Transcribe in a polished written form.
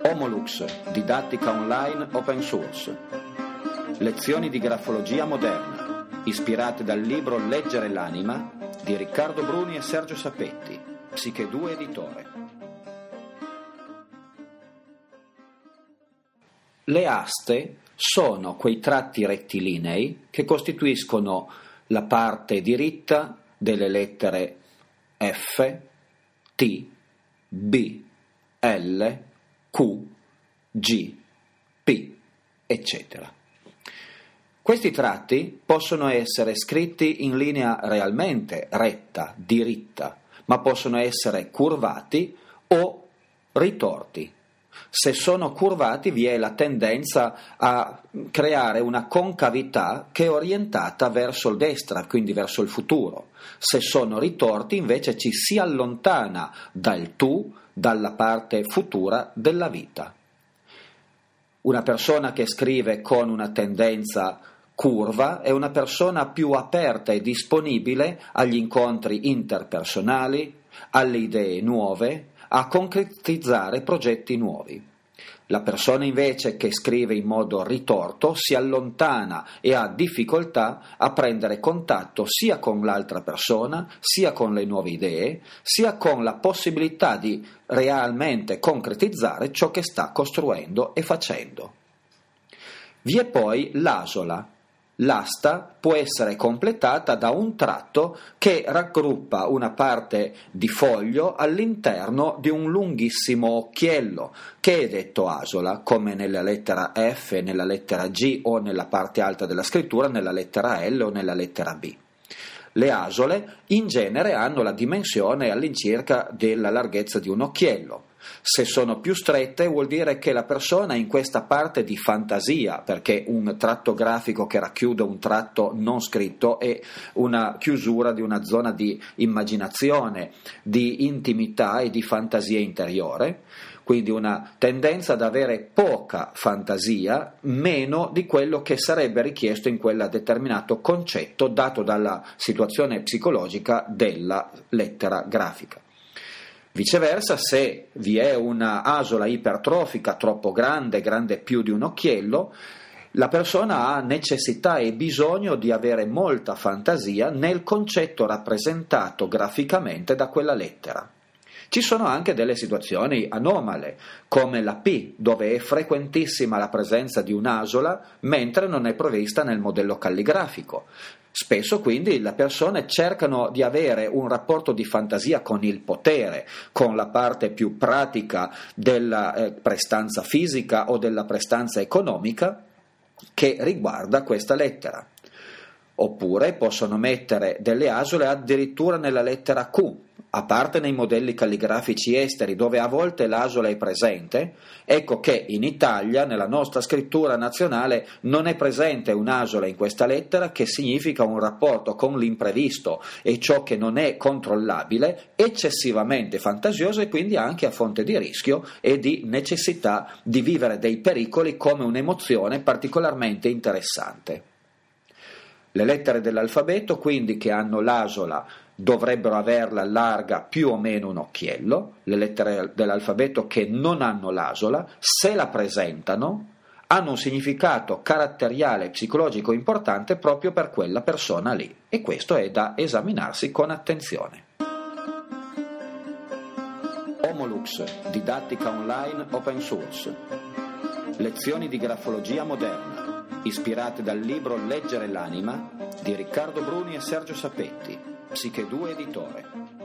Homolux, didattica online open source. Lezioni di grafologia moderna, ispirate dal libro Leggere l'anima di Riccardo Bruni e Sergio Sapetti, Psiche 2 editore. Le aste sono quei tratti rettilinei che costituiscono la parte diritta delle lettere F, T, B, L, Q, G, P, eccetera. Questi tratti possono essere scritti in linea realmente retta, diritta, ma possono essere curvati o ritorti. Se sono curvati vi è la tendenza a creare una concavità che è orientata verso il destra, quindi verso il futuro. Se sono ritorti invece ci si allontana dal tu, dalla parte futura della vita. Una persona che scrive con una tendenza curva è una persona più aperta e disponibile agli incontri interpersonali, alle idee nuove, a concretizzare progetti nuovi. La persona invece che scrive in modo ritorto si allontana e ha difficoltà a prendere contatto sia con l'altra persona, sia con le nuove idee, sia con la possibilità di realmente concretizzare ciò che sta costruendo e facendo. Vi è poi l'asola. L'asta può essere completata da un tratto che raggruppa una parte di foglio all'interno di un lunghissimo occhiello, che è detto asola, come nella lettera F, nella lettera G o nella parte alta della scrittura, nella lettera L o nella lettera B. Le asole in genere hanno la dimensione all'incirca della larghezza di un occhiello. Se sono più strette vuol dire che la persona in questa parte di fantasia, perché un tratto grafico che racchiude un tratto non scritto è una chiusura di una zona di immaginazione, di intimità e di fantasia interiore, quindi una tendenza ad avere poca fantasia, meno di quello che sarebbe richiesto in quel determinato concetto dato dalla situazione psicologica della lettera grafica. Viceversa, se vi è una asola ipertrofica troppo grande più di un occhiello, la persona ha necessità e bisogno di avere molta fantasia nel concetto rappresentato graficamente da quella lettera. Ci sono anche delle situazioni anomale, come la P, dove è frequentissima la presenza di un'asola, mentre non è prevista nel modello calligrafico. Spesso quindi le persone cercano di avere un rapporto di fantasia con il potere, con la parte più pratica della prestanza fisica o della prestanza economica che riguarda questa lettera. Oppure possono mettere delle asole addirittura nella lettera Q, a parte nei modelli calligrafici esteri dove a volte l'asola è presente. Ecco che in Italia, nella nostra scrittura nazionale, non è presente un'asola in questa lettera, che significa un rapporto con l'imprevisto e ciò che non è controllabile, eccessivamente fantasioso e quindi anche a fonte di rischio e di necessità di vivere dei pericoli come un'emozione particolarmente interessante. Le lettere dell'alfabeto, quindi, che hanno l'asola dovrebbero averla larga più o meno un occhiello. Le lettere dell'alfabeto che non hanno l'asola, se la presentano, hanno un significato caratteriale e psicologico importante proprio per quella persona lì, e questo è da esaminarsi con attenzione. Homolux, didattica online open source. Lezioni di grafologia moderna, ispirate dal libro Leggere l'anima di Riccardo Bruni e Sergio Sapetti, Psiche 2 editore.